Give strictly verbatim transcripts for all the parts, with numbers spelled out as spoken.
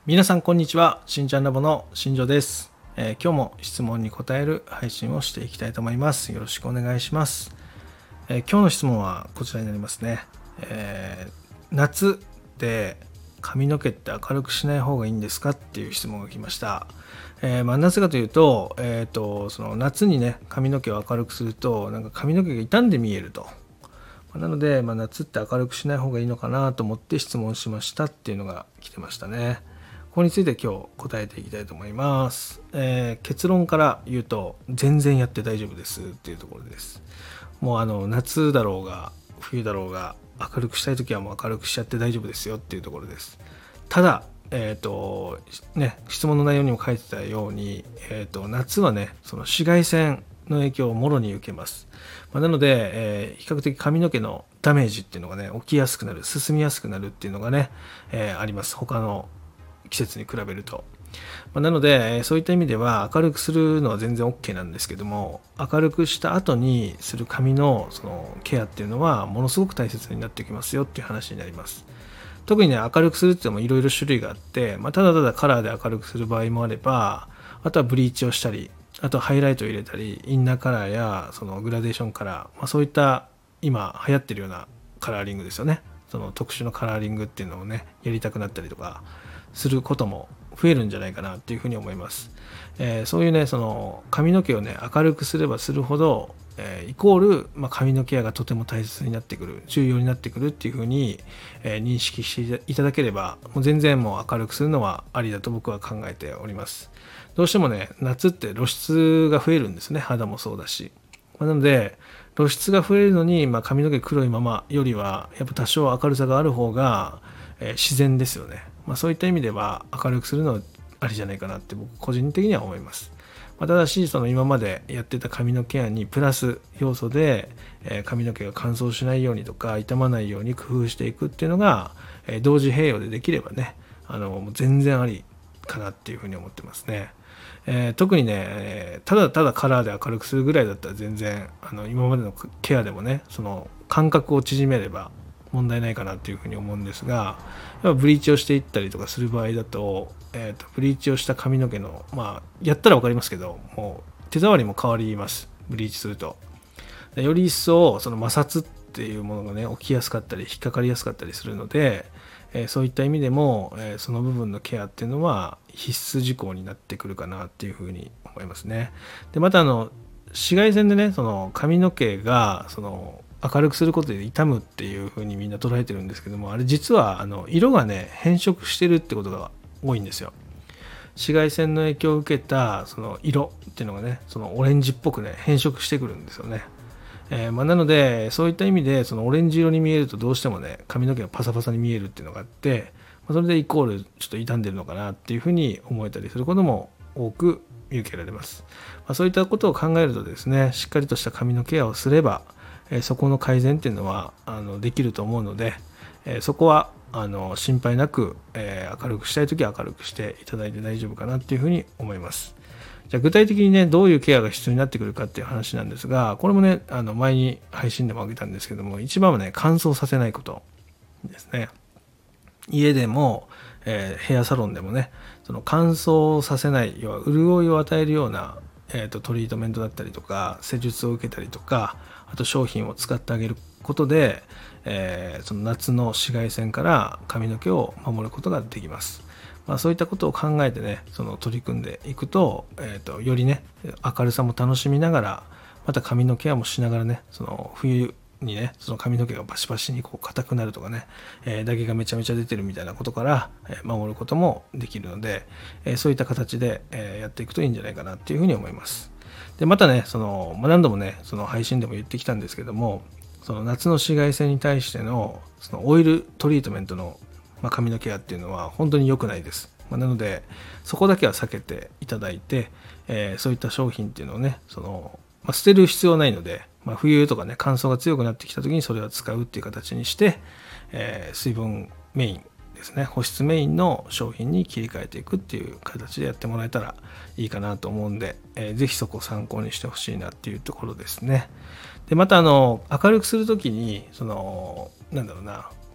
皆さんこんにちは。しんちゃんラボの新庄です、えー、今日も質問に答える配信をしていきたいと思います。よろしくお願いします。えー、今日の質問はこちらになりますね。えー、夏で髪の毛って明るくしない方がいいんですかっていう質問が来ました。えーまあ、なぜかというと、えーと、その夏にね髪の毛を明るくするとなんか髪の毛が傷んで見えると。なので、まあ、夏って明るくしない方がいいのかなと思って質問しましたっていうのが来てましたね。ここについて今日答えていきたいと思います。えー、結論から言うと全然やって大丈夫ですっていうところです。もうあの夏だろうが冬だろうが明るくしたい時はもう明るくしちゃって大丈夫ですよっていうところです。ただ、えーとね、質問の内容にも書いてたように、えーと夏はねその紫外線の影響をもろに受けます。まあ、なので、えー、比較的髪の毛のダメージっていうのがね起きやすくなる、進みやすくなるっていうのがね、えー、あります。他の季節に比べると。まあ、なので、そういった意味では明るくするのは全然 OK なんですけども、明るくした後にする髪のそのケアっていうのはものすごく大切になってきますよっていう話になります。特にね明るくするっていうのもいろいろ種類があって、まあ、ただただカラーで明るくする場合もあれば、あとはブリーチをしたり、あとはハイライトを入れたり、インナーカラーやそのグラデーションカラー、まあ、そういった今流行ってるようなカラーリングですよね。その特殊なカラーリングっていうのをねやりたくなったりとかすることも増えるんじゃないかなっていうふうに思います。えー、そういうねその髪の毛をね明るくすればするほど、えー、イコール、まあ、髪のケアがとても大切になってくる、重要になってくるっていうふうに、えー、認識していただければ、もう全然もう明るくするのはありだと僕は考えております。どうしてもね夏って露出が増えるんですね。肌もそうだし、まあ、なので露出が増えるのに、まあ、髪の毛黒いままよりはやっぱ多少明るさがある方が、えー、自然ですよね。まあ、そういった意味では明るくするのはありじゃないかなって僕個人的には思います。まあ、ただしその今までやってた髪のケアにプラス要素で、えー、髪の毛が乾燥しないようにとか傷まないように工夫していくっていうのが、えー、同時併用でできればねあのもう全然ありかなっていうふうに思ってますね。えー、特にねただただカラーで明るくするぐらいだったら全然あの今までのケアでもねその間隔を縮めれば問題ないかなっていうふうに思うんですが、やっぱブリーチをしていったりとかする場合だと、えーと、ブリーチをした髪の毛のまあやったら分かりますけど、もう手触りも変わります。ブリーチするとより一層その摩擦っていうものがね起きやすかったり引っかかりやすかったりするので、えー、そういった意味でも、えー、その部分のケアっていうのは必須事項になってくるかなっていうふうに思いますね。でまたあの紫外線でねその髪の毛がその明るくすることで傷むっていう風にみんな捉えてるんですけども、あれ実はあの色がね変色してるってことが多いんですよ。紫外線の影響を受けたその色っていうのがねそのオレンジっぽくね変色してくるんですよね。えーまあ、なのでそういった意味でそのオレンジ色に見えるとどうしてもね髪の毛がパサパサに見えるっていうのがあって、それでイコールちょっと傷んでるのかなっていう風に思えたりすることも多く見受けられます。まあ、そういったことを考えるとですね、しっかりとした髪のケアをすればえそこの改善っていうのはあのできると思うので、えそこはあの心配なく、え明るくしたいときは明るくしていただいて大丈夫かなっていうふうに思います。じゃあ具体的にねどういうケアが必要になってくるかっていう話なんですが、これもねあの前に配信でも挙げたんですけども、一番はね乾燥させないことですね。家でも、えー、ヘアサロンでもねその乾燥させない、要は潤いを与えるようなえー、とトリートメントだったりとか施術を受けたりとか、あと商品を使ってあげることで、えー、その夏の紫外線から髪の毛を守ることができます。まあ、そういったことを考えてねその取り組んでいくと、えー、とよりね明るさも楽しみながら、また髪のケアもしながらねその冬にねその髪の毛がバシバシにこう硬くなるとかね、えー、ダゲがめちゃめちゃ出てるみたいなことから、えー、守ることもできるので、えー、そういった形で、えー、やっていくといいんじゃないかなっていうふうに思います。でまたねその、まあ、何度もねその配信でも言ってきたんですけども、その夏の紫外線に対してのそのオイルトリートメントの、まあ、髪のケアっていうのは本当に良くないです。まあ、なのでそこだけは避けていただいて、えー、そういった商品っていうのをねその、まあ、捨てる必要ないので、まあ、冬とかね乾燥が強くなってきた時にそれを使うっていう形にして、えー、水分メインですね、保湿メインの商品に切り替えていくっていう形でやってもらえたらいいかなと思うんで、えー、ぜひそこを参考にしてほしいなっていうところですね。でまたあの明るくする時にそのなんだろうな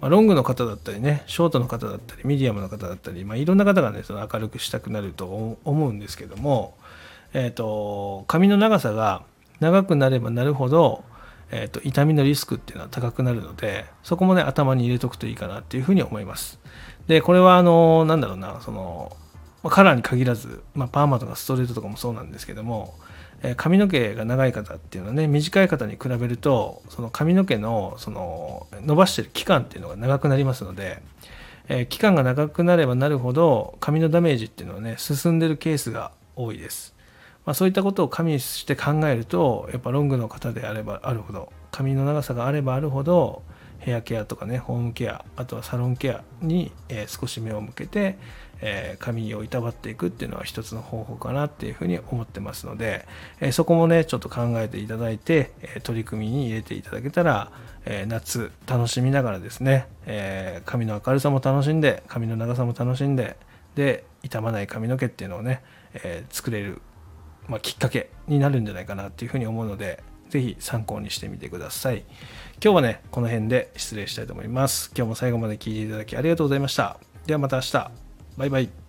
まあ、ロングの方だったりね、ショートの方だったり、ミディアムの方だったり、まあ、いろんな方がね、その明るくしたくなると思うんですけども、えーと、髪の長さが長くなればなるほど、えーと、痛みのリスクっていうのは高くなるので、そこもね、頭に入れとくといいかなっていうふうに思います。で、これは、あの、なんだろうな、その、まあ、カラーに限らず、まあ、パーマとかストレートとかもそうなんですけども、えー、髪の毛が長い方っていうのはね、短い方に比べると、その髪の毛の、その、伸ばしてる期間っていうのが長くなりますので、えー、期間が長くなればなるほど、髪のダメージっていうのはね、進んでるケースが多いです。まあ、そういったことを加味して考えると、やっぱロングの方であればあるほど、髪の長さがあればあるほど、ヘアケアとかね、ホームケア、あとはサロンケアに、えー、少し目を向けて、えー、髪をいたわっていくっていうのは一つの方法かなっていうふうに思ってますので、えー、そこもね、ちょっと考えていただいて、えー、取り組みに入れていただけたら、えー、夏楽しみながらですね、えー、髪の明るさも楽しんで、髪の長さも楽しんで、で、傷まない髪の毛っていうのをね、えー、作れる、まあ、きっかけになるんじゃないかなっていうふうに思うので、ぜひ参考にしてみてください。今日はね、この辺で失礼したいと思います。今日も最後まで聞いていただきありがとうございました。ではまた明日。バイバイ。